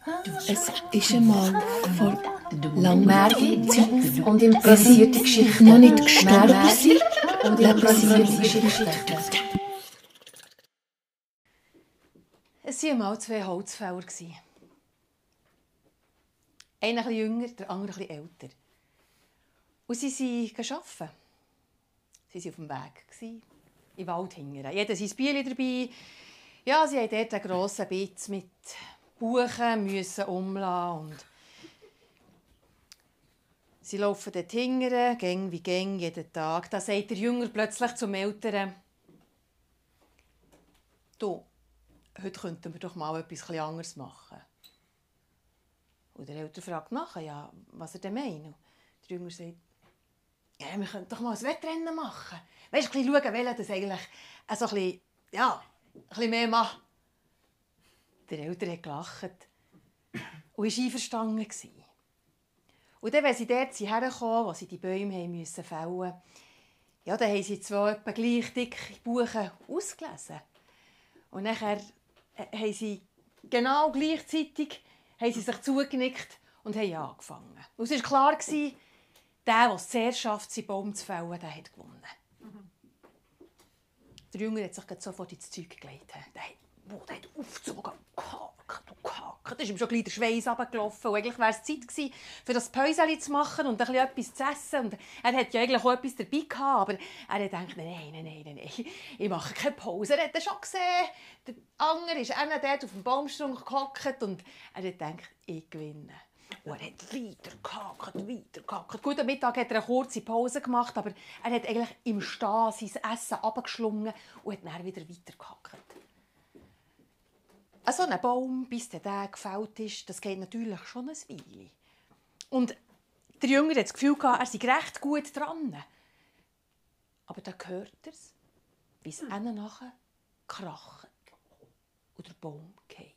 Es ist einmal vor langer Zeit und improvisierte Geschichten. noch nicht gestorben sind und improvisierte Geschichten. Es waren mal 2 Holzfäller. Einer etwas jünger, der andere etwas älter. Und sie arbeiten. Sie waren auf dem Weg, im Wald hingern. Jeder sein Bier dabei. Ja, sie mussten dort einen grossen Bitz mit Buchen umlassen. Und sie laufen dort hingern, Gang wie Gang, jeden Tag. Da sagt der Jünger plötzlich zum Älteren: «Du, heute könnten wir doch mal etwas anderes machen.» Und der Ältere fragt nachher, ja, was er denn meint. Der Jünger sagt: «Ja, wir könnten doch mal ein Wettrennen machen. Weißt du, schauen, welcher das eigentlich ein bisschen mehr macht.» Der Ältere hat gelacht und war einverstanden. Und dann, wenn sie dort herkamen, wo sie die Bäume fällen mussten, ja, dann haben sie zwei etwa gleich dicke Buchen ausgelesen. Und nachher haben sie genau gleichzeitig sich zugenickt und haben angefangen. Und es war klar, der es zuerst schafft, seinen Baum zu fällen, der hat gewonnen. Der Junge hat sich sofort ins Zeug gelegt. Der hat aufgezogen und gehackt. Da ist ihm schon gleich der Schweiss runtergelaufen. Und eigentlich wäre es Zeit gewesen, für das Päuschen zu machen und etwas zu essen. Und er hatte ja eigentlich auch etwas dabei gehabt, aber er hat gedacht, nein, ich mache keine Pause. Er hat schon gesehen, der andere ist auch dort auf dem Baumstrunk gehockt und er hat gedacht, ich gewinne. Und er hat weitergehackt. Gut, am Mittag hat er eine kurze Pause gemacht, aber er hat eigentlich im Stehen sein Essen runtergeschlungen und hat dann wieder weitergehackt. So ein Baum, bis der gefällt ist, das geht natürlich schon eine Weile. Und der Jünger hat das Gefühl gehabt, er sei recht gut dran. Aber da hört er es, wie es nachher kracht und der Baum geht.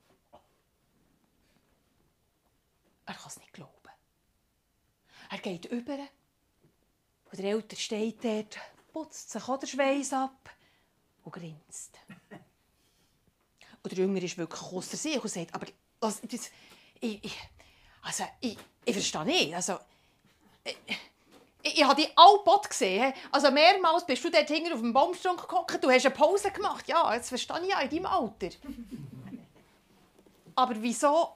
Er kann es nicht glauben. Er geht über und der Ältere steht dort, putzt sich den Schweiss ab und grinst. Und der Jünger ist wirklich ausser sich und sagt, aber ich verstehe nicht. Also, ich habe dich allbot gesehen. Also mehrmals bist du dort hinten auf dem Baumstrunk gehockt, du hast eine Pause gemacht. Ja, das verstehe ich ja in deinem Alter. Aber wieso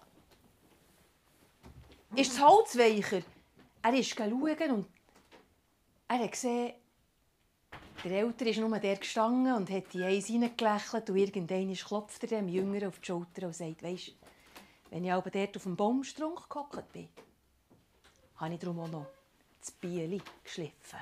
ist das Holz weicher? Er ist schauen und er hat gesehen, der Ältere ist nur der gestanden und hat die Eins reingelächelt und irgendwann klopft er dem Jüngeren auf die Schulter und sagt, weisst, wenn ich aber dort auf dem Baumstrunk gehockt bin, habe ich darum auch noch das Bieli geschliffen.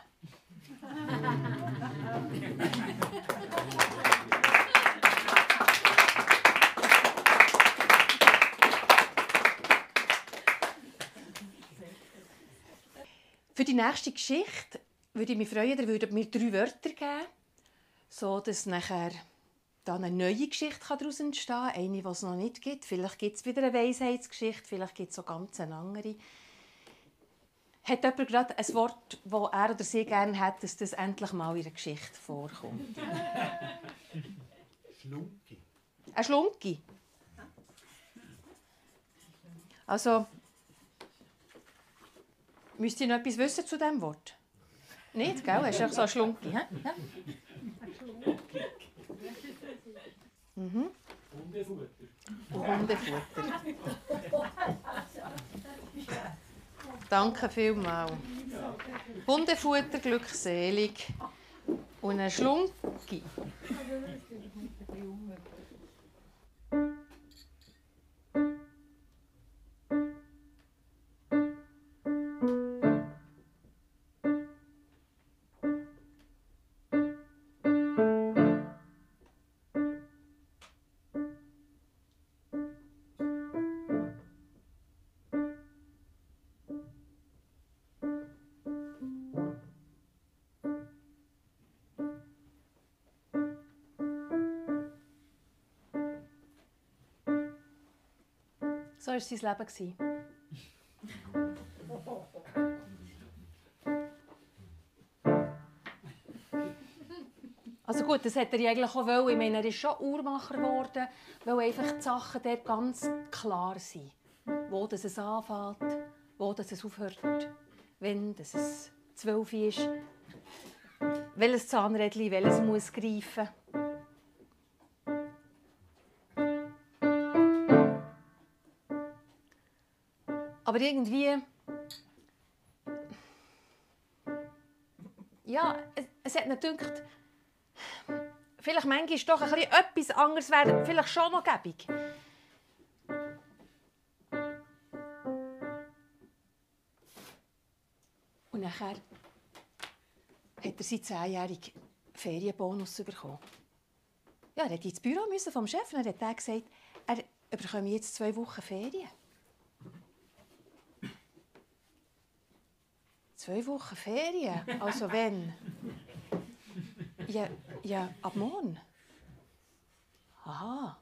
Für die nächste Geschichte würde ich mich freuen, ihr würdet mir 3 Wörter geben, sodass nachher dann eine neue Geschichte daraus entstehen kann. Eine, die es noch nicht gibt. Vielleicht gibt es wieder eine Weisheitsgeschichte, vielleicht gibt es auch ganz eine andere. Hat jemand gerade ein Wort, das er oder sie gerne hat, dass das endlich mal in einer Geschichte vorkommt? Schlunki. Ein Schlunki? Also, müsst ihr noch etwas wissen zu diesem Wort? Nicht, gell? Hast du auch so einen Schlunki? Ja? Mhm. Hundefutter. Danke vielmals. Hundefutter, glückselig. Und ein Schlunki. So war sein Leben. Also Also gut, das hätte er eigentlich auch wollen. Ich meine, er ist schon Uhrmacher geworden, weil einfach die Sachen dort ganz klar sind. Wo das es anfängt, wo das es aufhört, wenn das es 12 ist, welches Zahnrädchen, welches muss greifen. Aber irgendwie... Ja, es hat mir gedacht, vielleicht manchmal doch ein bisschen etwas anderes wäre vielleicht schon noch gäbig. Und nachher hat er seinen 10-jährigen Ferienbonus bekommen. Ja, er musste ins Büro vom Chef und er hat gesagt, er bekomme jetzt 2 Wochen Ferien. 2 Wochen Ferien? Also wenn? Ja, ab morgen. Aha.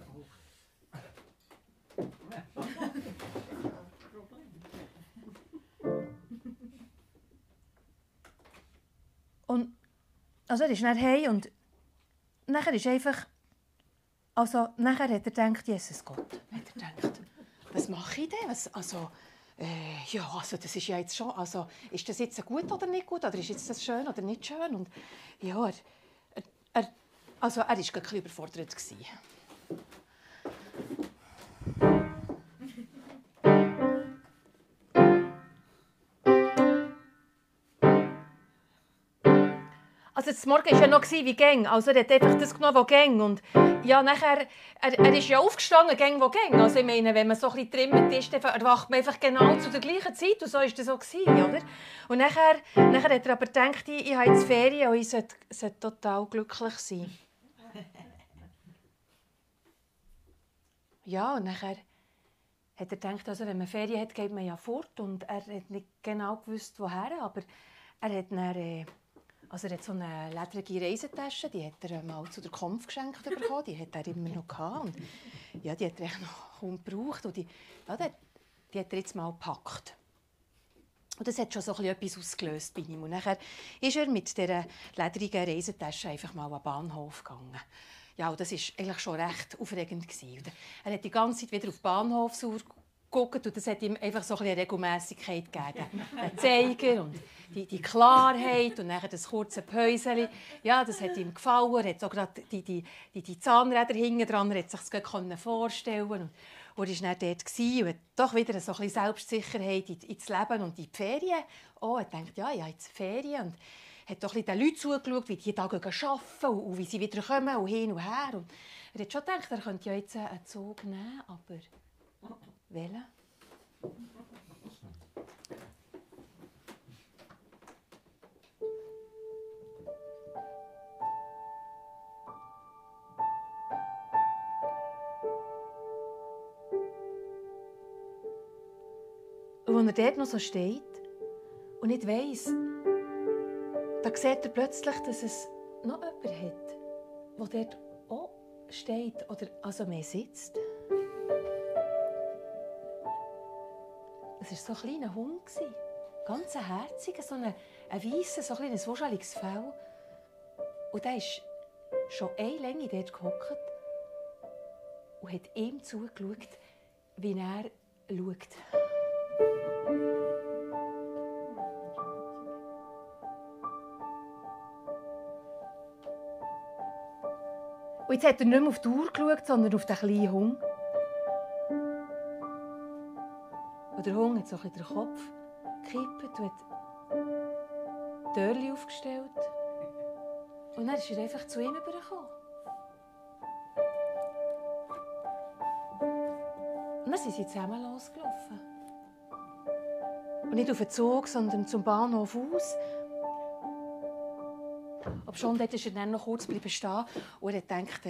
Und also er ist dann heim und nachher ist einfach... Also nachher hat er gedacht, Jesus Gott, hat er gedacht, was mache ich denn? Ja, also das ist ja jetzt schon, also ist das jetzt gut oder nicht gut? Oder ist jetzt das schön oder nicht schön? Und ja, er war ein bisschen überfordert. Also das Morgen war ja noch wie gang. Also er hat einfach das genommen, was gang. Und ja, nachher, er ist ja aufgestanden, gang, wo gang. Also ich meine, wenn man so ein bisschen trimmt ist, dann erwacht man einfach genau zu der gleichen Zeit. Und so war das so, oder? Und nachher hat er aber gedacht, ich habe jetzt Ferien und ich sollte total glücklich sein. Ja, und nachher hat er gedacht, also wenn man Ferien hat, geht man ja fort. Und er hat nicht genau gewusst, woher, aber er hat dann... Also er hat so eine ledrige Reisetasche, die hat er mal zu der Konf geschenkt bekommen. Die hat er immer noch gehabt. Und ja, die hat er noch kaum gebraucht. Und die hat er jetzt mal gepackt. Und das hat schon so etwas ausgelöst bei ihm. Und nachher ist er mit dieser ledrigen Reisetasche einfach mal an den Bahnhof gegangen. Ja, und das war eigentlich schon recht aufregend. Er hat die ganze Zeit wieder auf den Bahnhof geguckt und das hat ihm einfach so eine Regelmässigkeit gegeben. Der Zeiger und die Klarheit und dann das kurze Päuschen. Ja, das hat ihm gefallen. Er hat auch gerade die Zahnräder hinten dran, er konnte sich das vorstellen. Und er war dann dort und hat doch wieder so ein bisschen Selbstsicherheit ins Leben und in die Ferien. Oh, er dachte, ja, ich habe jetzt Ferien. Und hat doch ein bisschen den Leuten zugeschaut, wie die da arbeiten und wie sie wieder kommen und hin und her. Und er hat schon gedacht, er könnte ja jetzt einen Zug nehmen, aber... Welchen? Und als er dort noch so steht und nicht weiss, da sieht er plötzlich, dass es noch jemanden hat, der dort auch steht oder also mehr sitzt. Es war so ein kleiner Hund, ganz ein herziger, so ein weisser, so ein wuscheliges Fell. Und der ist schon eine Länge dort gehockt und hat ihm zugeschaut, wie er schaut. Und jetzt hat er nicht mehr auf die Uhr geschaut, sondern auf den kleinen Hund. Und der Hund hat so den Kopf gekippt und hat die Türchen aufgestellt. Und dann ist er einfach zu ihm herübergekommen. Und dann sind sie zusammen losgelaufen. Und nicht auf den Zug, sondern zum Bahnhof aus. Aber schon dort ist er dann noch kurz stehen und er hat gedacht,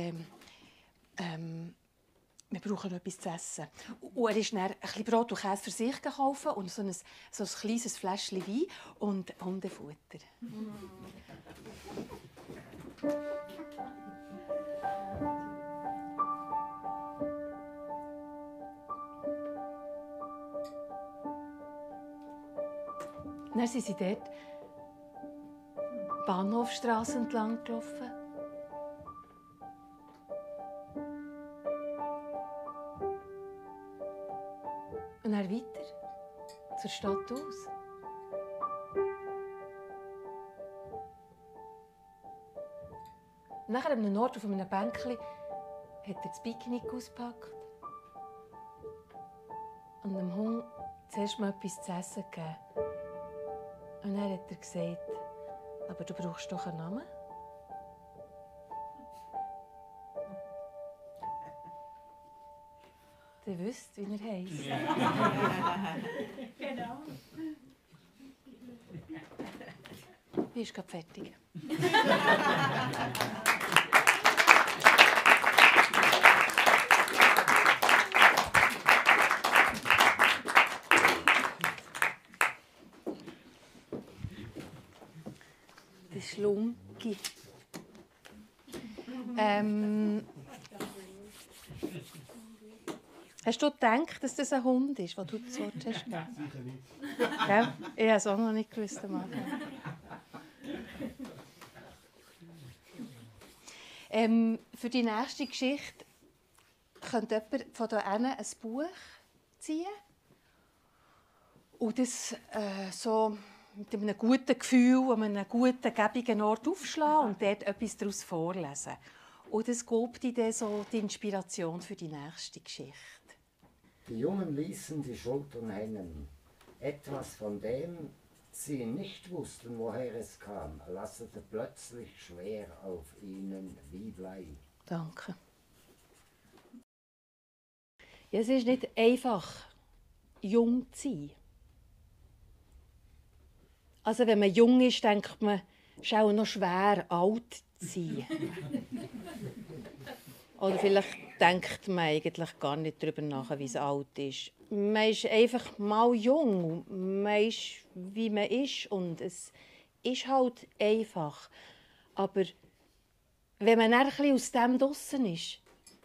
wir brauchen etwas zu essen. Und er ist dann ein bisschen Brot und Käse für sich gekauft und so ein kleines Fläschchen Wein und Hundefutter. Dann sind sie dort die Bahnhofstrasse entlang gelaufen. Und dann weiter zur Stadt aus. Und nachher an einem Ort auf einem Bänkchen hat er das Picknick ausgepackt und dem Hund zuerst mal etwas zu essen gegeben. Und dann hat er gesagt, aber du brauchst doch einen Namen. Ihr wisst, wie er heisst. Genau. Wie ist gerade fertig? Das ist Lungi. Hast du gedacht, dass das ein Hund ist, den du das Wort hast? Sicher nicht. Ja, ich habe es auch noch nicht gewusst am Anfang. Für die nächste Geschichte könnte jemand von hier ein Buch ziehen und das so mit einem guten Gefühl an einem guten, gäbigen Ort aufschlagen und dort etwas daraus vorlesen. Und das gibt dir dann so die Inspiration für die nächste Geschichte. Die Jungen ließen die Schultern hängen. Etwas von dem sie nicht wussten, woher es kam, lastete plötzlich schwer auf ihnen wie Blei. Danke. Ja, es ist nicht einfach, jung zu sein. Also wenn man jung ist, denkt man, es ist auch noch schwer, alt zu sein. Oder vielleicht denkt man eigentlich gar nicht darüber nach, wie es alt ist. Man ist einfach mal jung, man ist, wie man ist und es ist halt einfach. Aber wenn man dann ein bisschen aus dem draussen ist,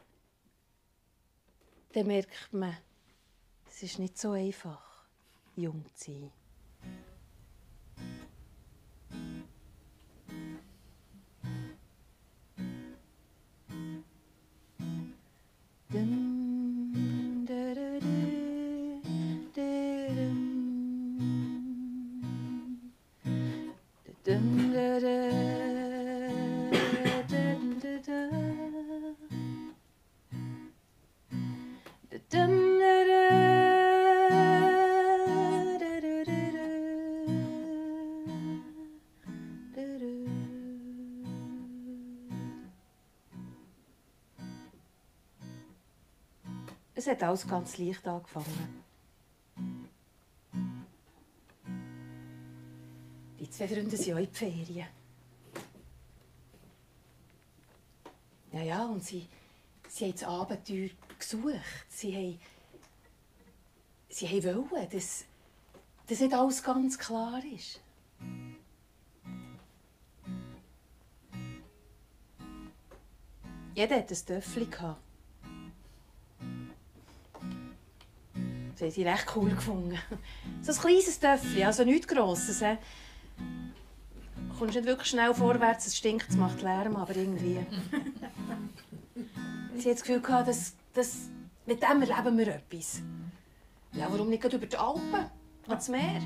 dann merkt man, es ist nicht so einfach, jung zu sein. Es hat alles ganz leicht angefangen. Die zwei Freunde sind auch in die Ferien. Ja, und sie haben das Abenteuer gesucht. Sie wollten, dass nicht alles ganz klar ist. Jeder hatte ein Töffel. Das haben sie recht cool gefunden. So ein kleines Töffel, also nichts Grosses. Du kommst nicht wirklich schnell vorwärts, es stinkt, es macht Lärm, aber irgendwie. Sie hat das Gefühl gehabt, mit dem erleben wir etwas. Ja, warum nicht über die Alpen, ans Meer?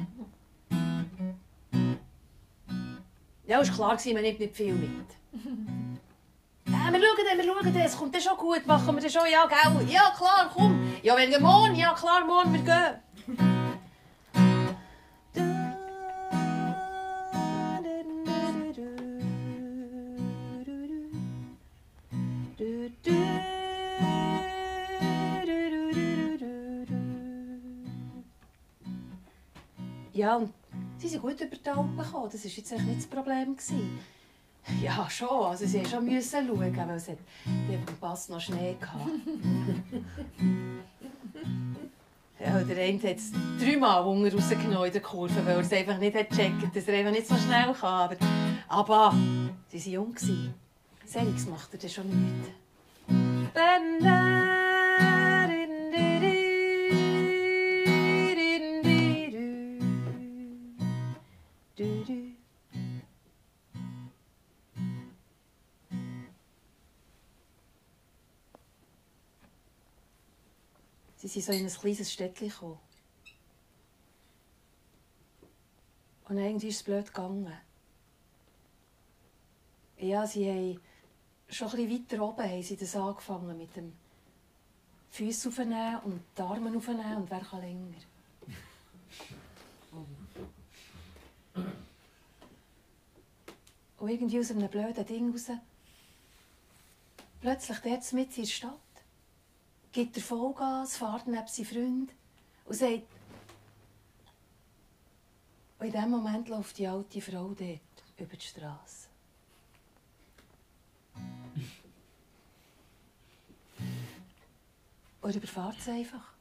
Ja, es war klar, man nimmt nicht viel mit. Wir schauen, es kommt dann schon gut, machen wir das schon, ja, gell? Ja, klar, komm. Ja, wenn wir morgen, ja, klar, morgen, wir gehen. Ja, und sie sind gut über die Alpen gekommen, das war jetzt nicht das Problem. Ja, schon. Also, sie mussten schon schauen, weil es hat am Pass noch Schnee hatte. Ja, der eine hat es 3-mal Hunger rausgenommen in der Kurve, weil er es einfach nicht gecheckt hat, dass er einfach nicht so schnell kann. Aber sie waren jung. Selliges macht er dann schon nichts. Sie sind so in ein kleines Städtchen gekommen. Und irgendwie ist es blöd gegangen. Ja, sie haben schon ein bisschen weiter oben haben sie das angefangen mit dem Füße aufnehmen und die Arme aufnehmen und wer kann länger. Und irgendwie aus einem blöden Ding raus, plötzlich dort mitten in der Stadt, gibt er Vollgas, fährt neben seinen Freund und sagt, und in diesem Moment läuft die alte Frau dort über die Straße. Und überfahrt sie einfach.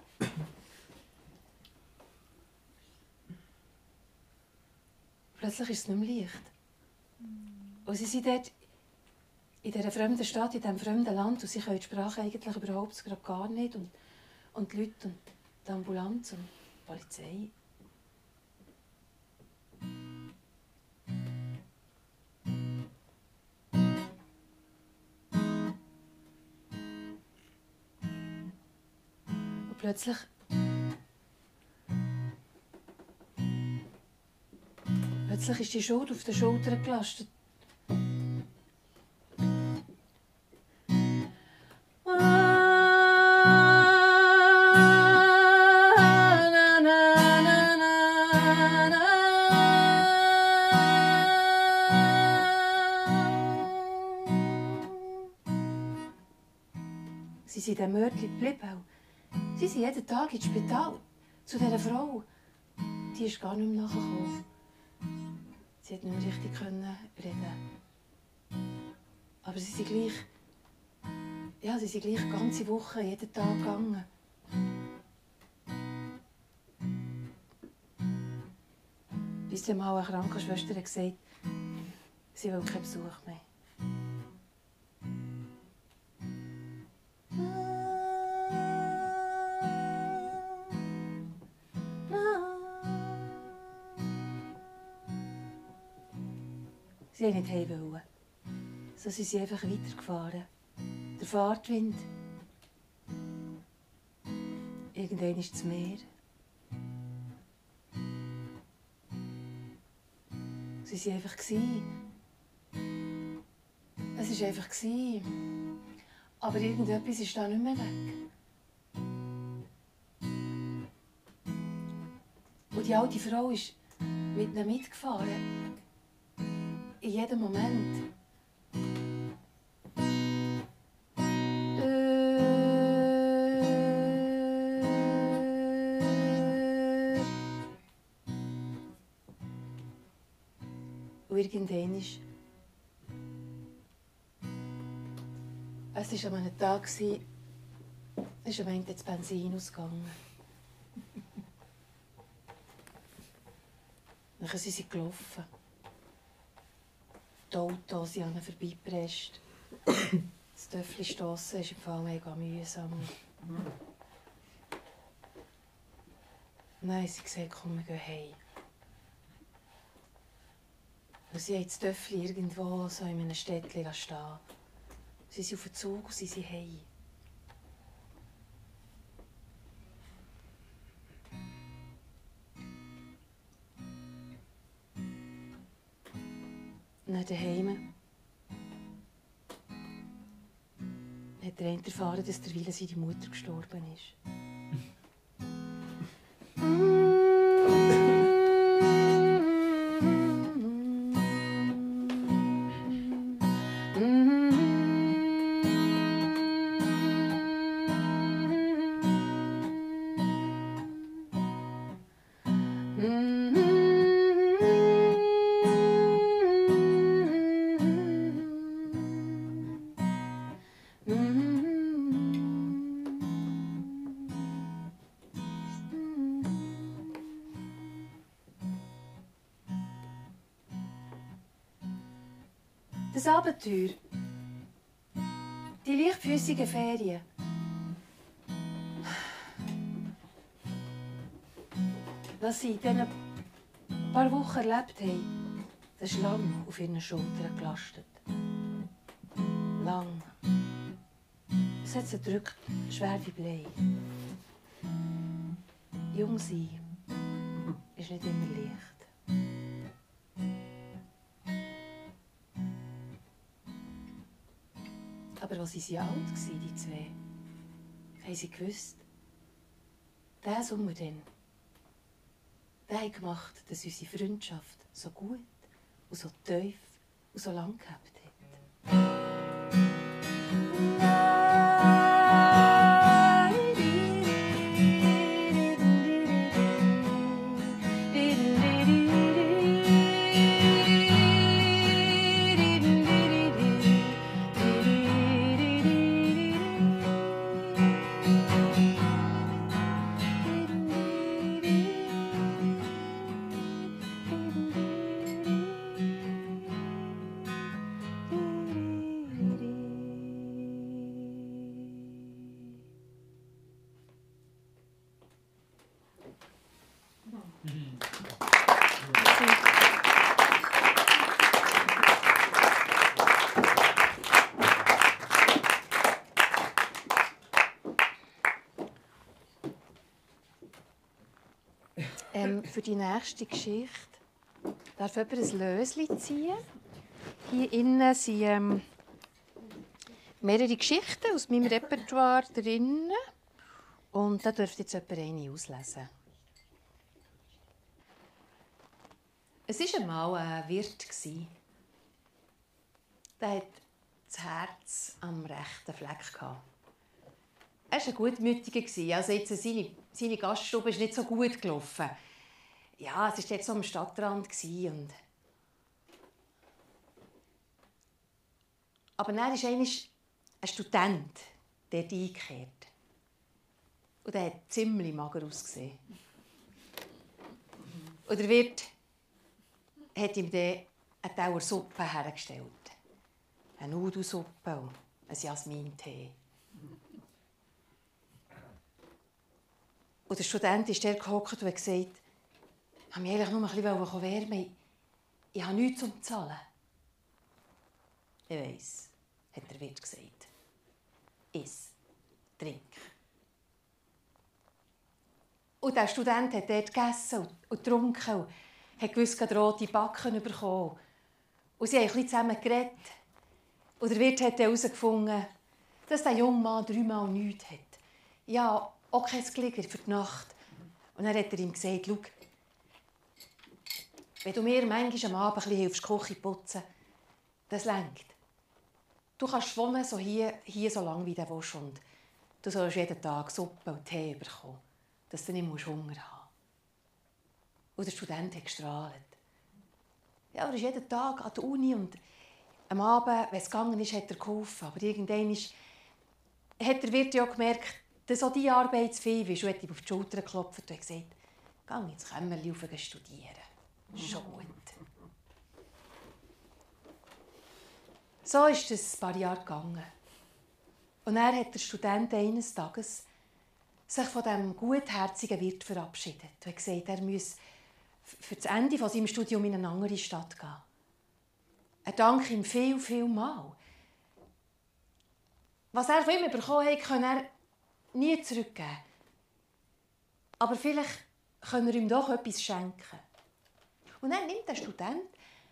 Plötzlich ist es nicht mehr leicht. Und sie sind dort in dieser fremden Stadt, in diesem fremden Land, und sie können die Sprache eigentlich überhaupt gerade gar nicht. Und die Leute und die Ambulanz und die Polizei. Und plötzlich ist die Schuld auf den Schultern gelastet. Sie sind dem Mörtchen geblieben. Sie sind jeden Tag ins Spital zu dieser Frau. Die ist gar nicht mehr nachgekommen. Sie konnte nicht mehr richtig reden. Aber sie sind gleich eine ganze Woche, jeden Tag gegangen. Bis dann mal eine Krankenschwester gesagt hat, sie will keinen Besuch mehr. Sie wollten nicht heim. So sind sie einfach weitergefahren. Der Fahrtwind. Irgendwann ist das Meer. Sie waren einfach. Es war einfach. Aber irgendetwas ist da nicht mehr weg. Und die alte Frau ist mit ihnen mitgefahren. In jedem Moment. Und irgendwann ist... Es war an einem Tag, ist am Ende das Benzin ausgegangen. Dann sind sie gelaufen. Die Autos sind an ihnen vorbeigepresst. Das Töffel stossen ist im Fall mega mühsam. Nein, sie gesagt, komm, wir gehen heim. Und sie haben das Töffel irgendwo so in einem Städtchen stehen. Sie sind auf den Zug und sie sind heim. Und dann daheim hat der eine erfahren, dass derweil seine Mutter gestorben ist. Das Abenteuer, die leichtfüßigen Ferien. Was sie in diesen paar Wochen erlebt haben, das ist lang auf ihren Schultern gelastet. Lang. Es hat sie gedrückt, schwer wie Blei. Jung sein ist nicht immer leicht. als sie alt waren, die zwei, haben sie gewusst, der Sommer dann, der hat gemacht, dass unsere Freundschaft so gut und so tief und so lang gehabt hat. Für die nächste Geschichte darf jemand ein Löschen ziehen. Hier innen sind mehrere Geschichten aus meinem Repertoire drin. Und da dürfte jetzt jemand eine auslesen. Es war einmal ein Wirt. Der hatte das Herz am rechten Fleck. Er war ein Gutmütiger. Also jetzt seine Gaststube ist nicht so gut gelaufen. Ja, es war jetzt so am Stadtrand. Aber dann ist einmal ein Student dort eingekehrt. Und der hat ziemlich mager ausgesehen. Und der Wirt hat ihm dann eine Tauer Suppe hergestellt. Eine Nudelsuppe und ein Jasmintee. Und der Student ist dort gehockt und hat gesagt, ich wollte mich eigentlich nur ein bisschen wärmen. Ich habe nichts zum Zahlen. Ich weiss, hat der Wirt gesagt. Iss, trink. Und der Student hat dort gegessen und getrunken und hat gewusst, dass er rote Backen bekommen. Und sie haben ein bisschen zusammen geredet. Und der Wirt hat herausgefunden, dass der junge Mann 3 Mal nichts hat. Ja, auch kein Glieder für die Nacht. Und dann hat er ihm gesagt, schau, wenn du mir manchmal am Abend ein bisschen hilfst, die Küche putzen, das reicht. Du kannst wohnen so hier so lange, wie du willst. Und du sollst jeden Tag Suppe und Tee bekommen, dass du nicht Hunger haben musst. Und der Student hat gestrahlt. Ja, er ist jeden Tag an der Uni und am Abend, wenn es gegangen ist, hat er geholfen. Aber irgendwann hat der Wirt ja gemerkt, dass auch diese Arbeit zu viel ist. Und hat ihm auf die Schulter geklopft und gesagt, geh ins Kämmerchen rauf studieren. Schon gut. So ist es ein paar Jahre gegangen. Und dann hat der Student eines Tages sich von diesem gutherzigen Wirt verabschiedet. Er hat gesagt, er müsse für das Ende von seinem Studium in eine andere Stadt gehen. Er danke ihm viel, viel Mal. Was er von ihm bekommen hat, kann er nie zurückgeben. Aber vielleicht kann er ihm doch etwas schenken. Und dann nimmt der Student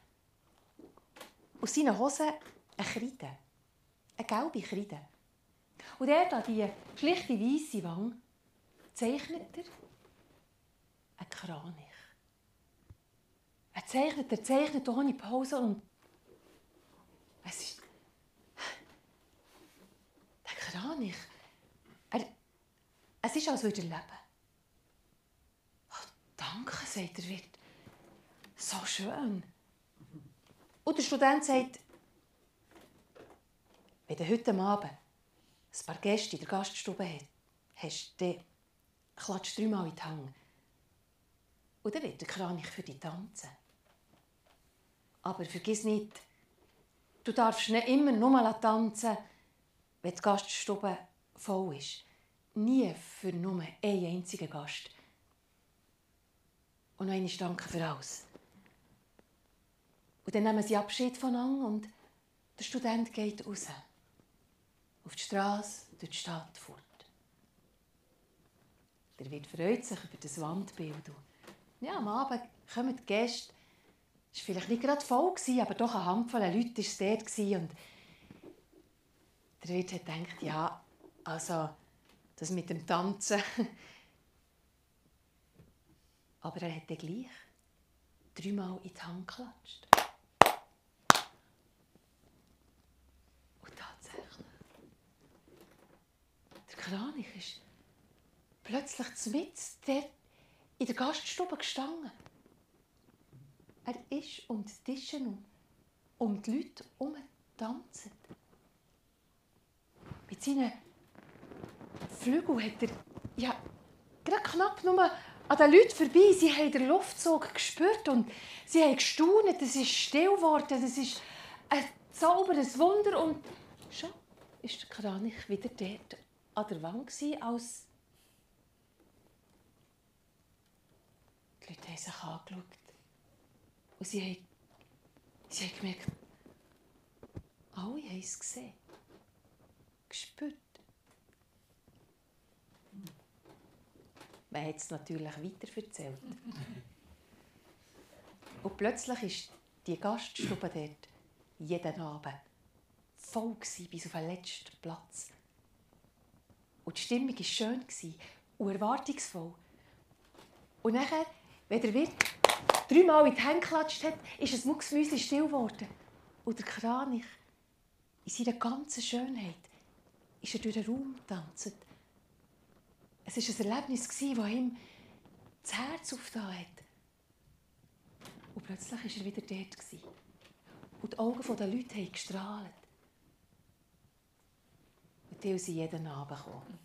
aus seinen Hosen eine Kreide. Eine gelbe Kreide. Und er an die schlichte weisse Wange zeichnet er einen Kranich. Er zeichnet ohne Pause und es ist der Kranich. Es ist, als würde er leben. Oh, danke, sagt der Wirt. So schön. Und der Student sagt, wenn du heute Abend ein paar Gäste in der Gaststube hast, dann klatscht 3 Mal in die Hand. Und dann wird der Kranich für dich tanzen. Aber vergiss nicht, du darfst nicht immer nur tanzen, wenn die Gaststube voll ist. Nie für nur einen einzigen Gast. Und noch einmal danke für alles. Und dann nehmen sie Abschied voneinander und der Student geht raus. Auf die Straße, durch die Stadt fort. Der Wirt freut sich über das Wandbild. Ja, am Abend kommen die Gäste. Es war vielleicht nicht gerade voll, aber doch eine Handvoll Leute war dort. Und Der Wirt hat gedacht, ja, also das mit dem Tanzen. Aber er hat dann gleich 3-mal in die Hand geklatscht. Und tatsächlich, der Kranich ist plötzlich mitten dort in der Gaststube gestanden. Er ist um die Tische um die Leute herum getanzt. Mit seinen Flügeln hat er ja, gerade knapp nur an den Leuten vorbei. Sie haben den Luftzug gespürt und sie haben gestaunt. Es ist still geworden. Es ist ein Zauber, ein Wunder. Und schon war der Kranich wieder dort an der Wand, als die Leute haben sich angeschaut. Und sie haben gemerkt, alle haben es gesehen, gespürt. Man hat es natürlich weiterverzählt. Und plötzlich war die Gaststube dort jeden Abend voll bis auf den letzten Platz. Und die Stimmung war schön und erwartungsvoll. Und nachher, wenn der Wirt 3-mal in die Hände geklatscht hat, ist es mucksmäuschen still geworden. Und der Kranich, in seiner ganzen Schönheit, ist er durch den Raum getanzt. Es war ein Erlebnis, das ihm das Herz aufgetan hat. Und plötzlich war er wieder dort. Und die Augen der Leute haben gestrahlt. Und die sind jeden Abend gekommen.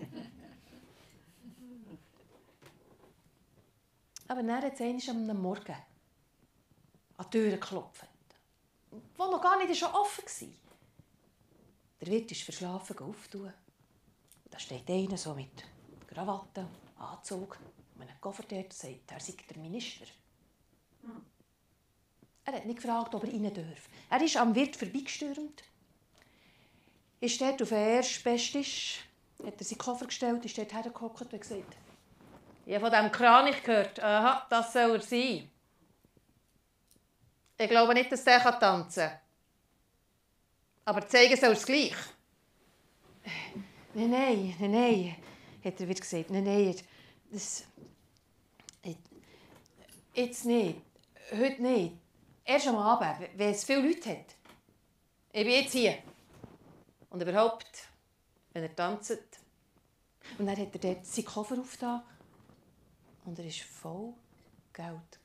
Aber dann hat es am Morgen an die Tür geklopft, die noch gar nicht offen war. Der Wirt ist verschlafen auftun. Und da steht einer so mit Krawatte, Anzug, und einem Koffer dort und sagt, er sei der Minister. Er hat nicht gefragt, ob er rein darf. Er ist am Wirt vorbeigestürmt, ist dort auf den ersten Besttisch, hat er seinen Koffer gestellt, ist dort hergehockt und gesagt, ich habe von diesem Kranich gehört. Aha, das soll er sein. Ich glaube nicht, dass der tanzen kann. Aber zeigen soll es gleich. Nein, hat er wieder gesagt. Nein, das... Jetzt nicht. Heute nicht. Erst am Abend, wenn es viele Leute hat. Ich bin jetzt hier. Und überhaupt, wenn er tanzt. Und dann hat er dort seinen Koffer aufgetan. Und er war voll Geld.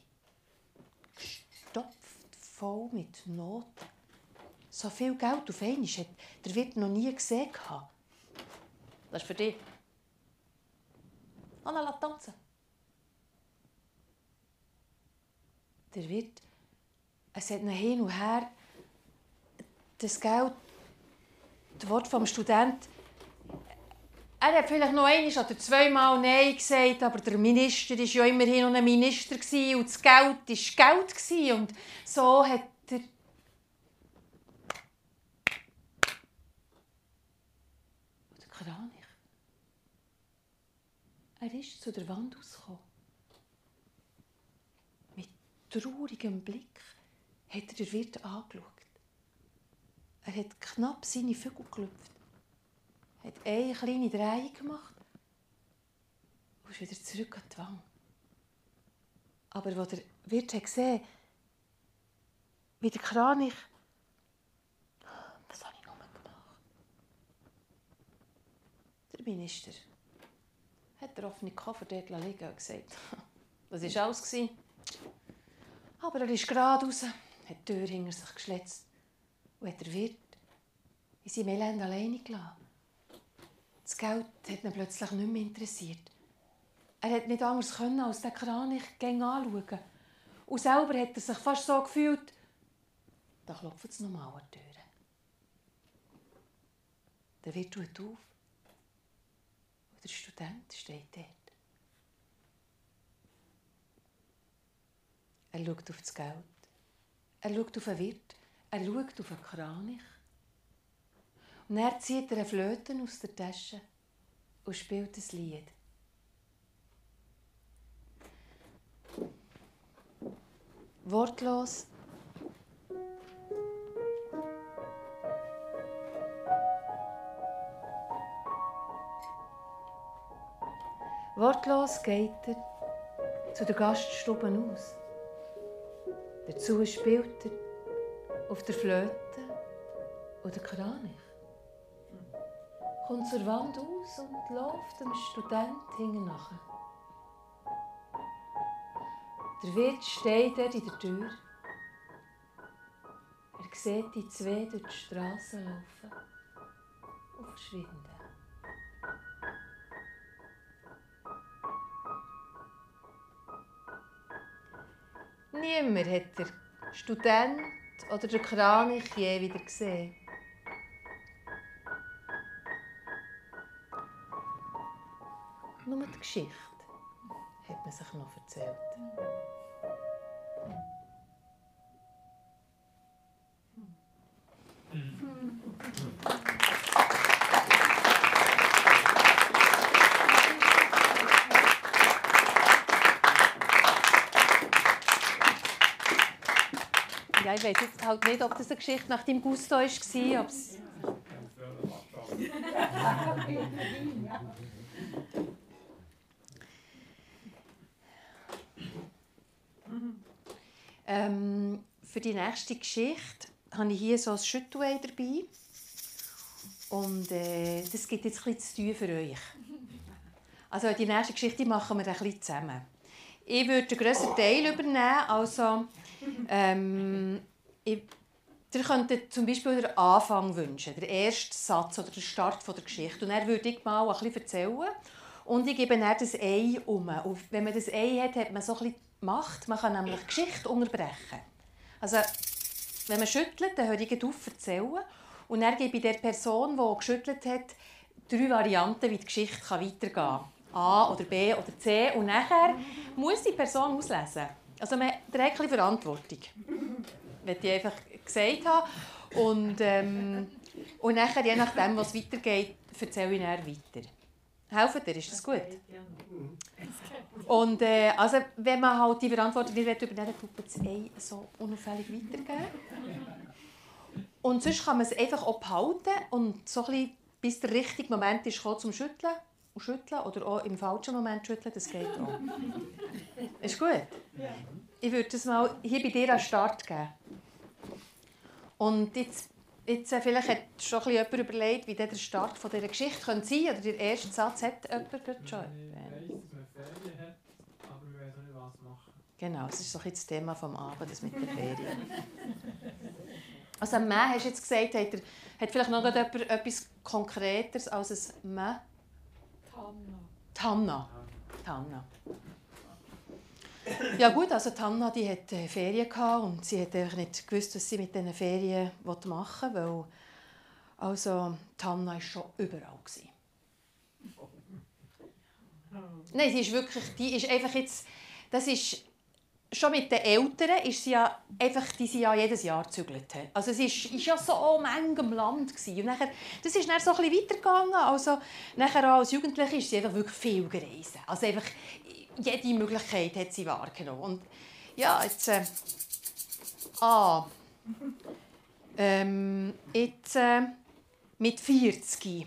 Gestopft voll mit Noten. So viel Geld auf einmal hat der Wirt noch nie gesehen. Das ist für dich. Anna, lass tanzen. Der Wirt, es hat ihn hin und her. Das Geld, das Wort vom Student. Er hat vielleicht noch einmal oder 2-mal Nein gesagt, aber der Minister war ja immerhin noch ein Minister und das Geld war Geld. Und so hat er... Der Kranich. Er ist zu der Wand rausgekommen. Mit traurigem Blick hat er den Wirt angeschaut. Er hat knapp seine Vögel geklopft. Hat eine kleine Drehung gemacht und ist wieder zurück an die Wand. Aber als der Wirt gesehen hat, wie der Kranich... Was habe ich nur gemacht? Der Minister hat den offenen Koffer dort liegen und gesagt, das war alles. Aber er ist gerade raus, hat die Tür hinter sich geschletzt und hat den Wirt in seinem Elend alleine gelassen. Das Geld hat ihn plötzlich nicht mehr interessiert. Er konnte nicht anders als den Kranich anschauen. Und selber hat er sich fast so gefühlt, da klopft es nochmal an die Tür. Der Wirt tut auf. Und der Student steht dort. Er schaut auf das Geld. Er schaut auf den Wirt. Er schaut auf den Kranich. Und er zieht eine Flöte aus der Tasche und spielt ein Lied. Wortlos. Wortlos geht er zu der Gaststube aus. Dazu spielt er auf der Flöte und der Kranich. Kommt zur Wand aus und läuft dem Student hinten nach. Der Wirt steht dort in der Tür. Er sieht die zwei durch die Straße laufen und verschwinden. Niemand hat den Student oder den Kranich je wieder gesehen. Nur die Geschichte hat man sich noch erzählt. Ja, ich weiß jetzt halt nicht, ob das eine Geschichte nach deinem Gusto war. Für die nächste Geschichte habe ich hier so ein Schüttelei dabei. Und das gibt jetzt ein bisschen zu tun für euch. Also die nächste Geschichte machen wir ein bisschen zusammen. Ich würde den grösseren Teil übernehmen. Also, ihr könntet zum Beispiel den Anfang wünschen, den ersten Satz oder den Start der Geschichte. Und dann würde ich mal ein bisschen erzählen. Und ich gebe dann das Ei um. Und wenn man das Ei hat, hat man so ein bisschen Macht. Man kann nämlich die Geschichte unterbrechen. Also, wenn man schüttelt, dann höre ich auf erzählen. Und dann gebe ich der Person, die geschüttelt hat, 3 Varianten, wie die Geschichte weitergehen kann. A oder B oder C. Und nachher muss die Person auslesen. Also man trägt ein bisschen Verantwortung. Wenn ich einfach gesagt habe. Und nachher, je nachdem, was weitergeht, erzähle ich dann weiter. Helfen dir? Ist das gut? Und also, wenn man halt die Verantwortung nicht übernehmen will, tut man das Ei so unauffällig weitergeben. Und sonst kann man es einfach auch behalten und so ein bisschen, bis der richtige Moment ist, zum Schütteln. Und schütteln oder auch im falschen Moment schütteln, das geht auch. Ist gut? Ja. Ich würde das mal hier bei dir an den Start geben. Und jetzt vielleicht hat schon jemand überlegt, wie der Start von dieser Geschichte sein könnte. Oder der erste Satz hat jemand schon. Ich weiss, dass man Ferien hat, aber ich weiss auch nicht, was machen. Genau, das ist so das Thema des Abends, das mit der Ferien. Also ein Mann, hast du jetzt gesagt, hat vielleicht noch etwas Konkreteres als ein Mann? Tanna. Ja gut, also Tanna, die hatte Ferien und sie hat einfach nicht gewusst, was sie mit diesen Ferien machen will, weil also Tanna war schon überall. Nein, sie ist wirklich, die ist einfach jetzt, das ist schon mit den Eltern ist sie ja einfach, die sie ja jedes Jahr gezügelt. Also sie ist ja so eng im Land gewesen. Und nachher, das ist dann so ein bisschen weitergegangen. Also nachher als Jugendliche ist sie einfach wirklich viel gereist. Also einfach jede Möglichkeit hat sie wahrgenommen. Und ja, jetzt jetzt mit 40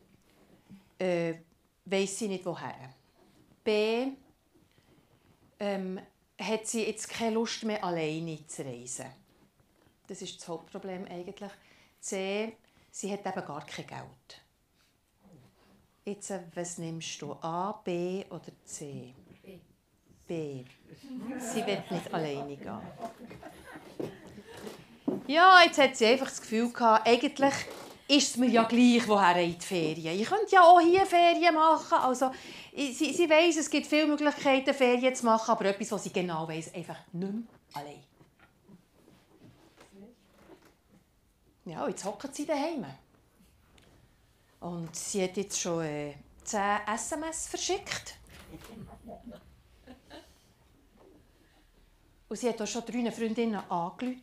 weiss sie nicht woher. B hat sie jetzt keine Lust mehr, alleine zu reisen. Das ist das Hauptproblem eigentlich. C, sie hat eben gar kein Geld. Jetzt, was nimmst du? A, B oder C? B. Sie will nicht alleine gehen. Ja, jetzt hat sie einfach das Gefühl gehabt, eigentlich ist es mir ja gleich, woher in die Ferien. Ich könnte ja auch hier Ferien machen. Also, sie weiss, es gibt viele Möglichkeiten, Ferien zu machen, aber etwas, was sie genau weiss, einfach nicht mehr allein. Ja, jetzt hockt sie daheim. Und sie hat jetzt schon 10 SMS verschickt. Und sie hat auch schon 3 Freundinnen angerufen.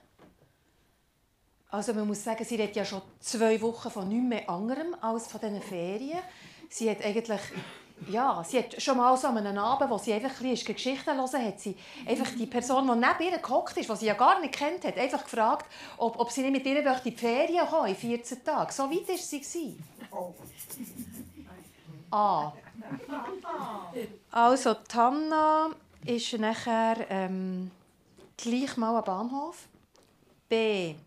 Also man muss sagen, sie redet ja schon 2 Wochen von nichts mehr anderem als von diesen Ferien. Sie hat eigentlich, ja, sie hat schon mal so an einem Abend, wo sie einfach ein bisschen Geschichten hören, hat sie einfach die Person, die neben ihr gehockt ist, die sie ja gar nicht kennt hat, einfach gefragt, ob sie nicht mit ihr in die Ferien kommen in 14 Tagen. So weit war sie. A. Also, die Hanna ist nachher gleich mal am Bahnhof. B.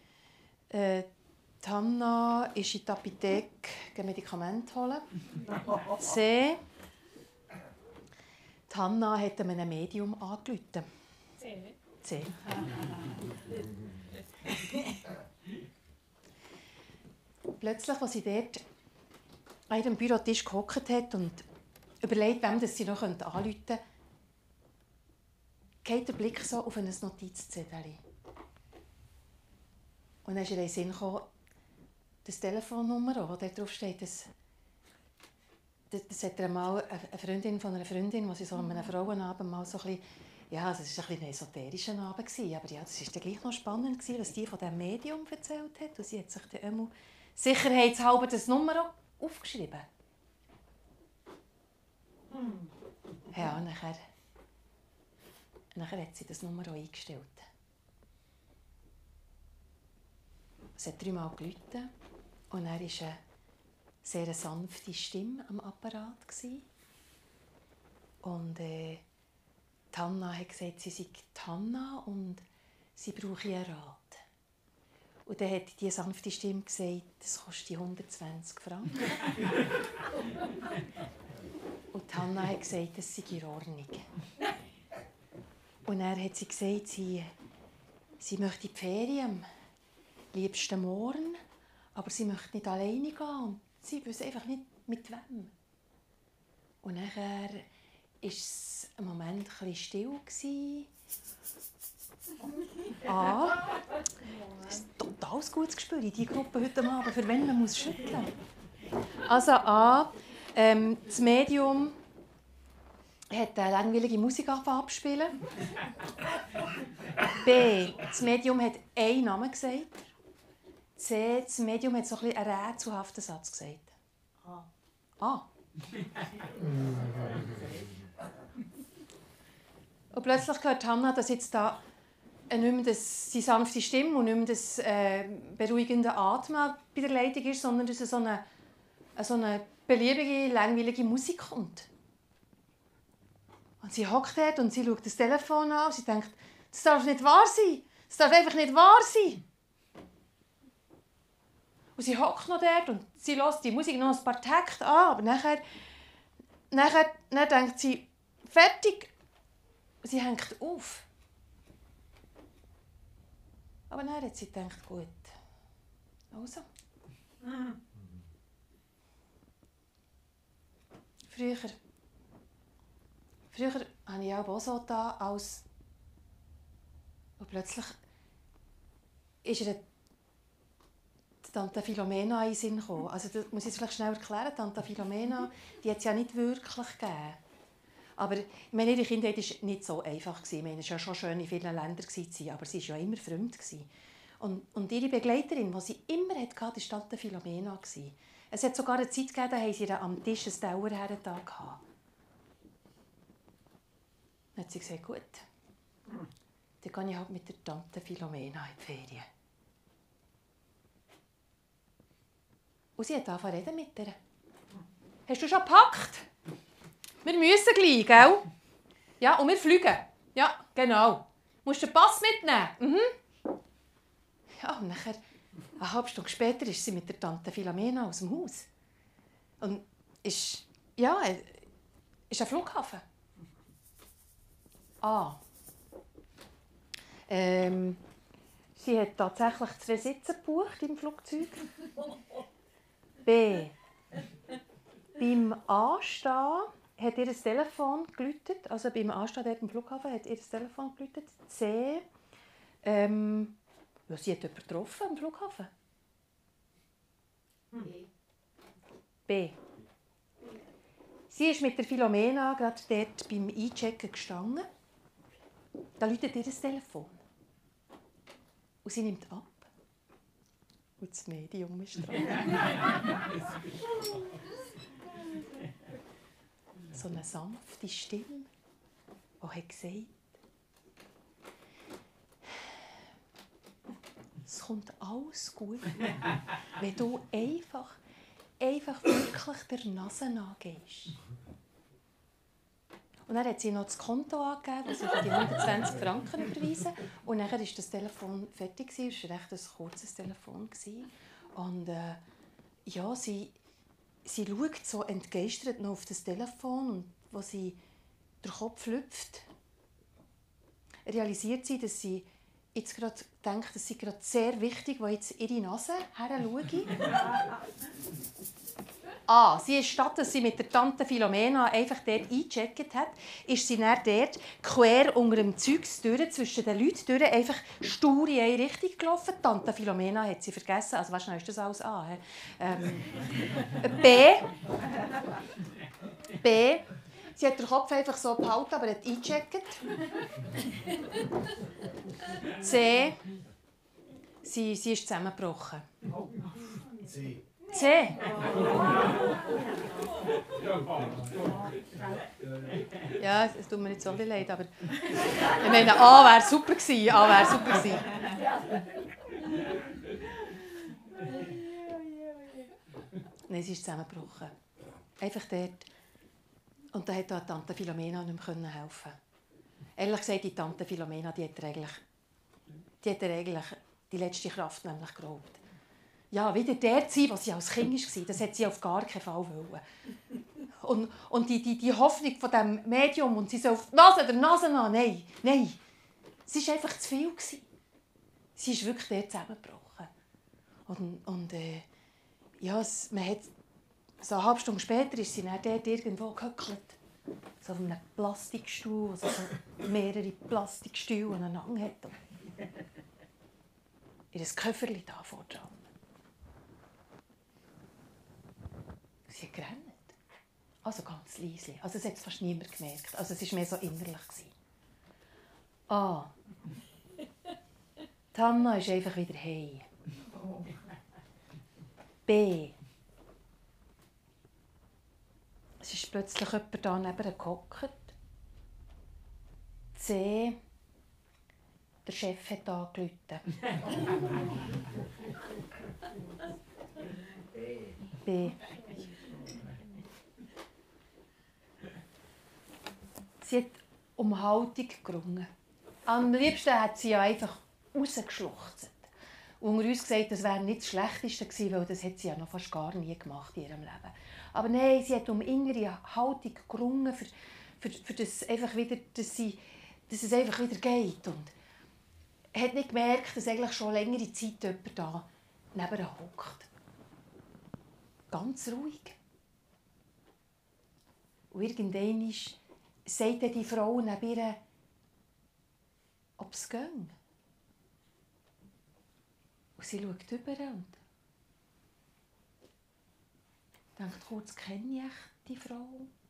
Die Hanna ist in die Apotheke Medikamente holen. C. Die Hanna hat einem Medium angerufen. C. Plötzlich, als sie dort an ihrem Bürotisch gehockt hat und überlegt, wem sie noch anrufen könnte, geht der Blick so auf ein Notizzettel. Und dann ist ihr in den Sinn gekommen, das Telefonnummer, das dort drauf steht, das hat einmal eine Freundin von einer Freundin, die sie so an einem Frauenabend mal so ein bisschen, ja, also es war ein esoterischer Abend, aber ja, das war dann gleich noch spannend, was die von diesem Medium erzählt hat. Und sie hat sich dann einmal sicherheitshalber das Nummer aufgeschrieben. Ja, und nachher hat sie das Nummer auch eingestellt. Es hat 3-mal geläutet und er war eine sehr sanfte Stimme am Apparat. Und die Hanna hat gesagt, sie sei die Hanna und sie brauche einen Rat. Und dann hat die sanfte Stimme gesagt, das kostet 120 Franken. Und die Hanna hat gesagt, das sei in Ordnung. Und dann hat sie gesagt, sie möchte in die Ferien, am liebsten morgen, aber sie möchte nicht alleine gehen und sie wüsste einfach nicht, mit wem. Und nachher war es einen Moment ein bisschen still. Das ist ein total gutes Gespür in dieser Gruppe heute Abend, für wen man muss schütteln. Also A, das Medium hat eine langweilige Musik abspielen. B, das Medium hat einen Namen gesagt. C, das Medium hat so ein einen rätselhaften Satz gesagt. A. Und plötzlich hört Hanna, dass jetzt da nicht mehr die sanfte Stimme und nicht mehr das beruhigende Atmen bei der Leitung ist, sondern dass so eine beliebige, langweilige Musik kommt. Und sie hockt dort und sie schaut das Telefon an und sie denkt, das darf nicht wahr sein. Das darf einfach nicht wahr sein. Und sie hockt noch dort und sie hört die Musik noch ein paar Takte an, aber nachher denkt sie, fertig. Sie hängt auf. Aber dann hat sie gedacht, gut, also. Früher habe ich auch so getan, als... Und plötzlich ist ihr Tante Philomena in den Sinn gekommen. Also, das muss ich jetzt vielleicht schnell erklären. Tante Philomena, die hat es ja nicht wirklich gegeben. Aber ich meine, ihre Kindheit war nicht so einfach. Ich meine, es war ja schon schön, in vielen Ländern zu sein, aber sie war ja immer fremd. Und ihre Begleiterin, die sie immer hatte, war Tante Philomena. Es hat sogar eine Zeit gegeben, da haben sie am Tisch einen Dauerherr da gehabt. Dann hat sie gesagt, gut, dann gehe ich halt mit der Tante Philomena in die Ferien. Und sie hat angefangen reden mit ihr. Hast du schon gepackt? Wir müssen gleich, gell? Ja, und wir fliegen. Ja, genau. Musst du den Pass mitnehmen? Mhm. Ja, und nachher, eine halbe Stunde später ist sie mit der Tante Philomena aus dem Haus. Und ist ein Flughafen. A. Sie hat tatsächlich 2 Sitze gebucht im Flugzeug. B. Beim Anstehen hat ihr Telefon geläutet. Also beim Anstehen dort im Flughafen hat ihr Telefon geläutet. C. Ja, sie hat jemanden getroffen am Flughafen. B. Sie ist mit der Philomena gerade dort beim Einchecken gestanden. Da läutet ihr Telefon. Und sie nimmt ab. Und das Medium ist dran. So eine sanfte Stimme, die hat gesagt, es kommt alles gut, wenn du einfach wirklich der Nase nachgehst. Und dann hat sie noch das Konto angegeben, wo sie die 120 Franken überweisen. Und dann war das Telefon fertig. Es war recht ein kurzes Telefon. Und ja, sie schaut so entgeistert noch auf das Telefon. Und als sie den Kopf lüpft, realisiert sie, dass sie jetzt gerade denkt, dass sie gerade sehr wichtig, wo jetzt ihre Nase her schaue. Sie ist, statt dass sie mit der Tante Philomena einfach dort eingecheckt hat, ist sie dann dort quer unter dem Zeugs durch, zwischen den Leuten durch, einfach stur in eine Richtung gelaufen. Tante Philomena hat sie vergessen. Also, weißt du, ist das alles A. B. Sie hat den Kopf einfach so behalten, aber hat eingecheckt. C. Sie ist zusammengebrochen. C. Ja, es tut mir nicht so leid, aber ich meine, A wäre super gewesen. Nein, sie ist zusammengebrochen. Einfach dort. Und da hat Tante Philomena nicht mehr helfen. Ehrlich gesagt, die Tante Philomena, die hat eigentlich die letzte Kraft nämlich geraubt. Ja, wieder der zu sein, was sie als Kind war, das hat sie auf gar keinen Fall wollen. Und die Hoffnung von diesem Medium, und sie so auf die Nase an, nein. Es war einfach zu viel. Sie ist wirklich dort zusammengebrochen. Ja, man hat, so eine halbe Stunde später ist sie dann dort irgendwo gehöckelt. So auf einem Plastikstuhl, also so mehrere Plastikstühle aneinander hat. Ihr Köfferchen da vor dran. Sie hat gerannt. Also ganz leise. Also es hat fast niemand gemerkt. Also es war mehr so innerlich. A. Die Hanna ist einfach wieder heim. B. Es ist plötzlich jemand da neben ihr gehockt. C. Der Chef hat angerufen. B. Sie hat um Haltung gerungen. Am liebsten hat sie ja einfach rausgeschluchzt. Unter uns gesagt, das wäre nicht das Schlechteste gewesen, weil das hat sie ja noch fast gar nie gemacht in ihrem Leben. Aber nein, sie hat um innere Haltung gerungen, für das einfach wieder, dass es einfach wieder geht. Und hat nicht gemerkt, dass eigentlich schon längere Zeit jemand da neben ihr hockt. Ganz ruhig. Und irgendwann sagt die Frau neben ihr, ob es geht. Und sie schaut rüber und denkt kurz, kenne ich die Frau?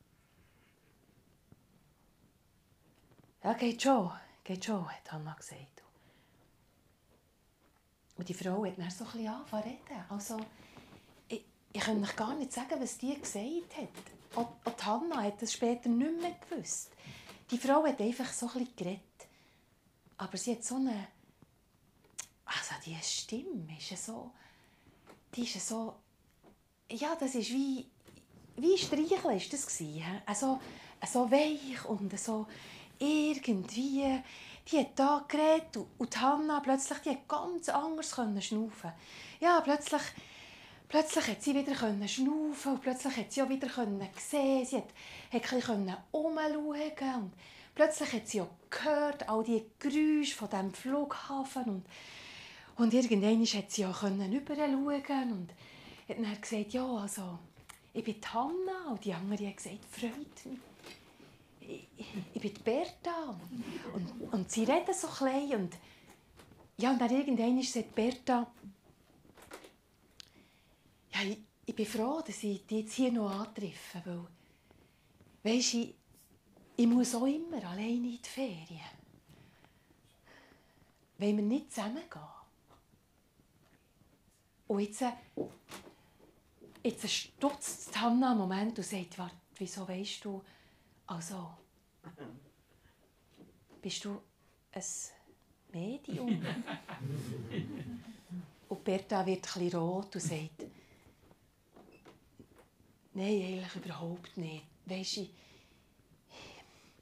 Ja, geht schon, hat Hanna gesagt. Und die Frau hat dann so ein bisschen angefangen zu reden. Also, ich kann euch gar nicht sagen, was die gesagt hat. Auch die Hanna hat das später nicht mehr gewusst. Die Frau hat einfach so ein bisschen geredet. Aber sie hat so eine... Also, diese Stimme ist so... Die ist so... Ja, das ist wie Streicheln ist das gewesen. Also, so weich und so irgendwie... Die hat da geredet und die Hanna plötzlich die hat ganz anders schnaufen. Ja, plötzlich hat sie wieder schnaufen und plötzlich hat sie auch wieder sehen. Sie hat ein bisschen umschauen und plötzlich hat sie auch gehört, all die Geräusche von diesem Flughafen und irgendwann hat sie auch rüberschauen und hat dann gesagt, ja, also, ich bin die Hanna und die andere hat gesagt, freut mich. Ich bin die Berta. Und sie reden so klein. Und dann irgendwann sagt Berta, ja, ich bin froh, dass ich dich jetzt hier noch antreffe. Weil, weisst du, ich muss auch immer alleine in die Ferien. Wollen wir nicht zusammengehen? Und jetzt stutzt Hanna einen Moment und sagt, warte, wieso weisst du, also, bist du ein Medium? Und Berta wird etwas rot und sagt, nein, eigentlich überhaupt nicht. Weisst du,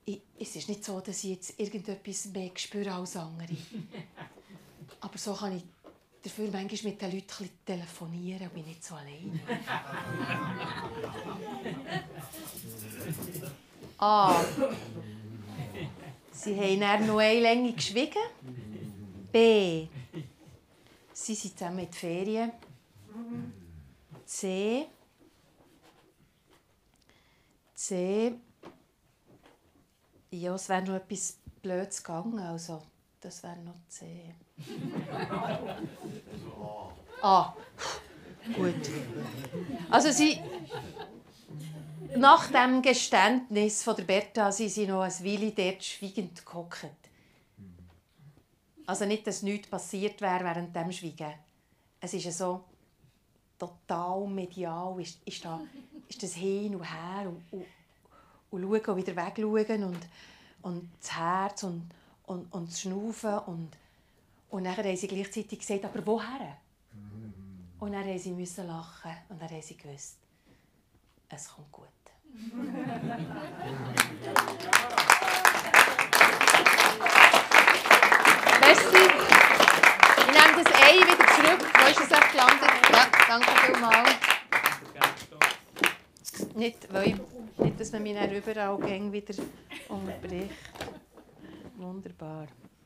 es ist nicht so, dass ich jetzt irgendetwas mehr spüre als andere. Aber so kann ich dafür manchmal mit den Leuten telefonieren und bin nicht so allein. A. Sie haben dann noch eine Länge geschwiegen. B. Sie sind zusammen in die Ferien. C. Ja, es wäre noch etwas Blödes gegangen, also das wäre noch C. Ah, gut. Also nach dem Geständnis von der Berta sind sie noch eine Weile dort schweigend gehockt. Also nicht, dass nichts passiert wäre während dem Schweigen. Es ist so total medial, ist das hin und her und schauen und wieder wegschauen und das Herz und das Schnaufen und dann haben sie gleichzeitig gesagt, aber woher? Und dann mussten sie lachen und dann haben sie gewusst, es kommt gut. Merci. Ich nehme das Ei wieder zurück. Wo ist es echt gelandet? Ja, danke vielmals. Nicht, dass man mich dann überall wieder unterbricht. Wunderbar.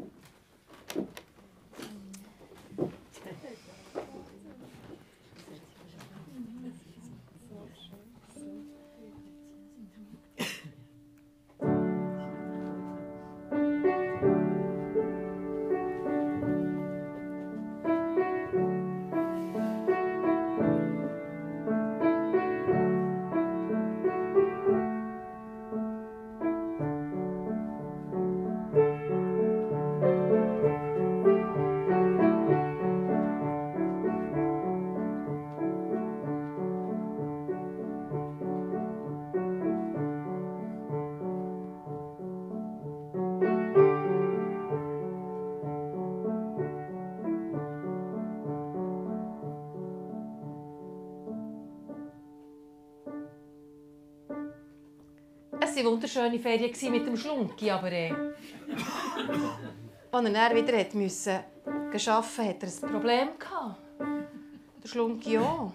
Es waren wunderschöne Ferien mit dem Schlunki, aber als er dann wieder arbeiten musste, hatte er ein Problem. Der Schlunki auch.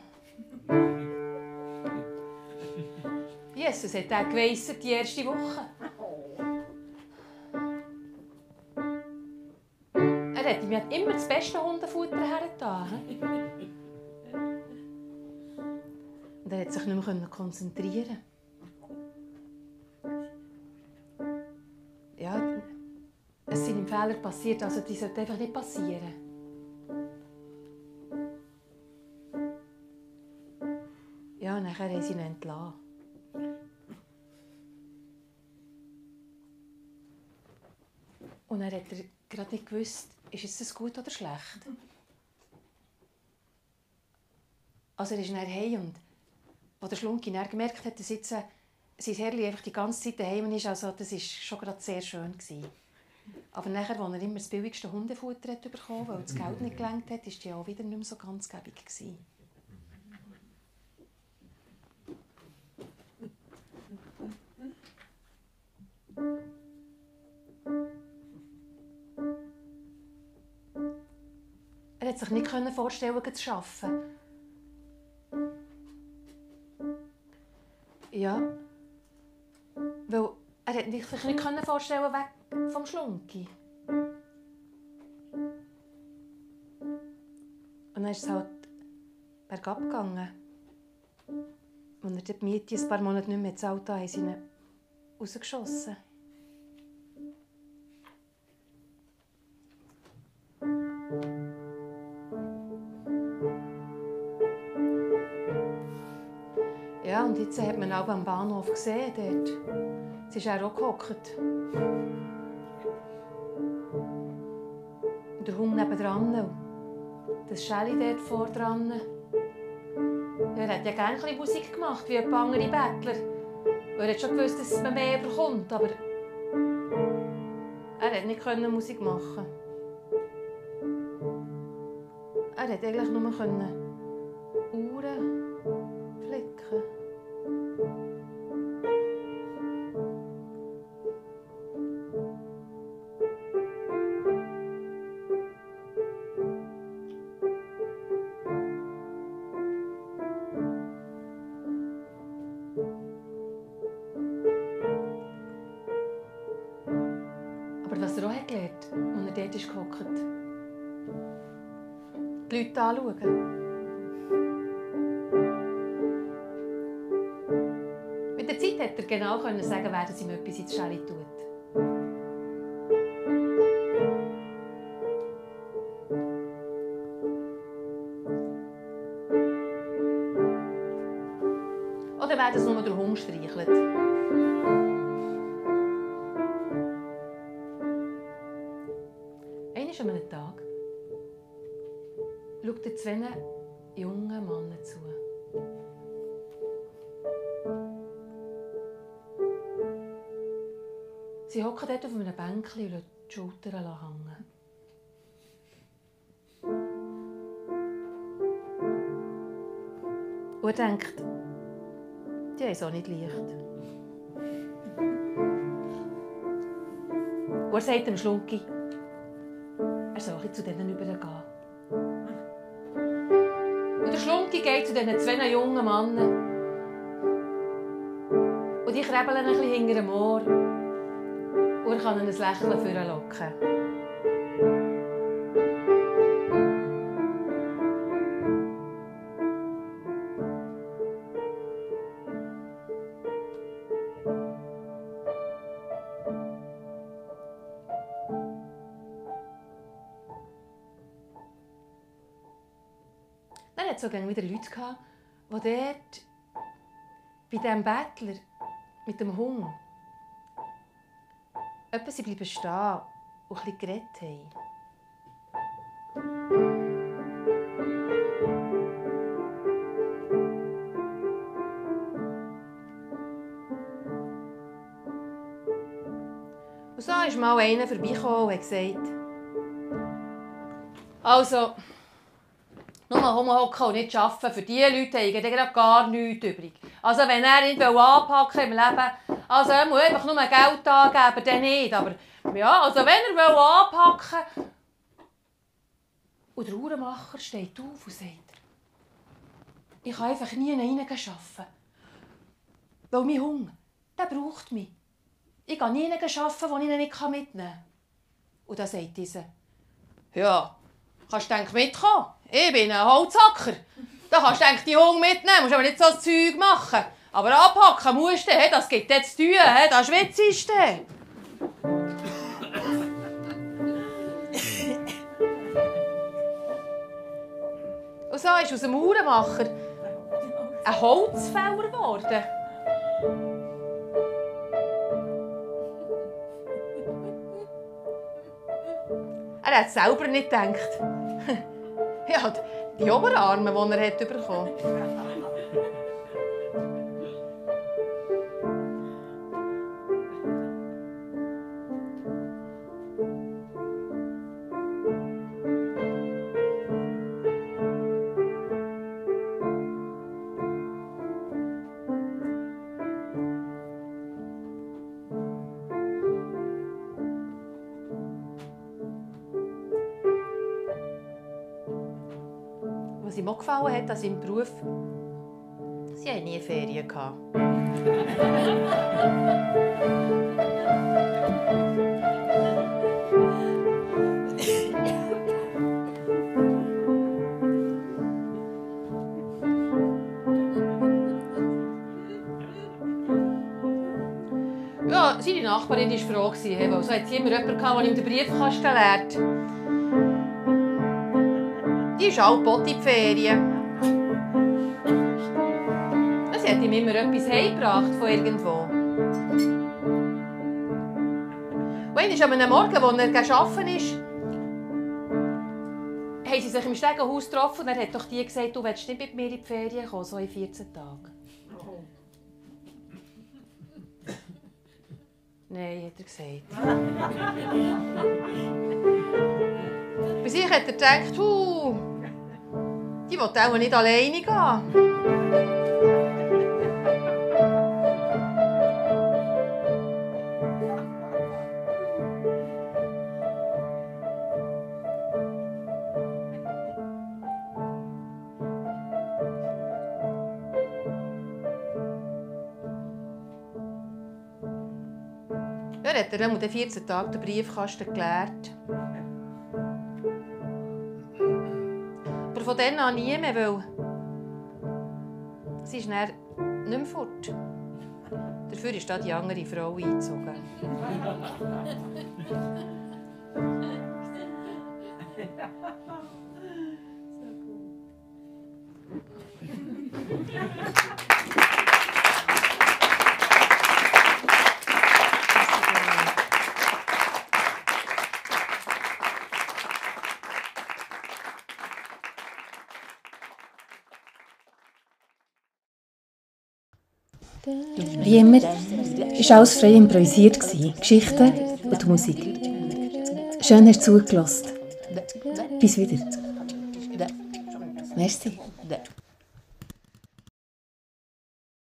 Jesus hat er geweissert die erste Woche. Er hat ihm immer das beste Hundefutter hergetan. Und er konnte sich nicht mehr konzentrieren. Ja, es sind ihm Fehler passiert, also die sollten einfach nicht passieren. Ja, und nachher haben sie ihn entlassen. Und dann hat er gerade nicht gewusst, ist es gut oder schlecht. Also er ist dann heim und als der Schlunki dann gemerkt hat, dass jetzt sein Herrli einfach die ganze Zeit daheim ist, also das war schon gerade sehr schön. Aber nachher, als er immer das billigste Hundefutter hat bekommen, weil das Geld nicht gelangt hat, war die auch wieder nicht mehr so ganz gäbig. Er konnte sich nicht vorstellen, zu arbeiten. Ja, weil er konnte sich nicht vorstellen, weg vom Schlunki. Und dann ist es halt bergab gegangen. Als er die Miete ein paar Monate nicht mehr gezahlt hat, haben sie ihn rausgeschossen. Ja, und jetzt hat man auch am Bahnhof gesehen, dort. Sie ist auch gehockt. Der Hund nebendran. Das Schäli dort vor dran. Er hat ja gerne ein bisschen Musik gemacht, wie ein paar andere Bettler. Er hat schon gewusst, dass man mehr bekommt, aber er konnte nicht Musik machen. Er konnte eigentlich nur Uhren flicken. kennengelernt, als er dort ist gehockt. Die Leute anschauen. Mit der Zeit konnte er genau sagen, wer ihm etwas ins Schäli tut. Oder wer das nur der Hund streichelt. An einem Tag schaut er zwei jungen Männern zu. Sie hocken dort auf einem Bänkchen und lassen die Schultern hängen. Und er denkt, die haben es auch nicht leicht. Und er sagt dem Schlunki, er soll zu denen übergehen. Und der Schlunki geht zu diesen zwei jungen Männern. Und die krebeln ein bisschen hinter dem Ohr. Und er kann ihnen ein Lächeln vorlocken. Dann hat es auch wieder Leute gehabt, die dort bei diesem Bettler mit dem Hund etwas bleiben stehen und ein bisschen geredet haben. Und so ist mal einer vorbeigekommen und hat gesagt, also, nur rumhocken und nicht arbeiten, für diese Leute haben gerade gar nichts übrig. Also wenn er nicht anpacken im Leben, also er muss einfach nur Geld angeben, dann nicht. Aber ja, also wenn er anpacken will. Und der Uhrmacher steht auf und sagt, ich kann einfach nie arbeiten. Weil mein Hunger, der braucht mich. Ich kann nie arbeiten, wo ich ihn nicht mitnehmen kann. Und dann sagt dieser, ja, kannst du mitkommen? Ich bin ein Holzhacker. Da kannst du die Hunde mitnehmen, musst aber nicht so ein Zeug machen. Aber anpacken musst du, das gibt jetzt zu tun, das schwitzt du. Und so ist aus dem Uhrenmacher ein Holzfäller geworden. Er hat es selber nicht gedacht. Ja, die Oberarme, die er bekommen hat. Was ihm auch gefallen hat an seinem Beruf, sie hatten nie Ferien. Ja, seine Nachbarin war froh, weil so hat sie immer jemanden, der ihm den Briefkasten leert. Die ist auch Botti in die Ferien. Sie hat ihm immer etwas heimgebracht von irgendwo. Und an einem Morgen, als er arbeiten ist, haben sie sich im Stegenhaus getroffen und er hat doch die gesagt, du willst nicht mit mir in die Ferien kommen, so in 14 Tagen. Nein, hat er gesagt. Bei sich hat er gedacht, die will auch nicht alleine gehen. Dann hat er den 14 Tage den Briefkasten geleert. Aber von dann an nie mehr, weil sie ist dann nicht mehr fort. Dafür ist da die andere Frau eingezogen. Wie immer war alles frei improvisiert. Geschichten und Musik. Schön hast du zugelassen. Bis wieder. Merci.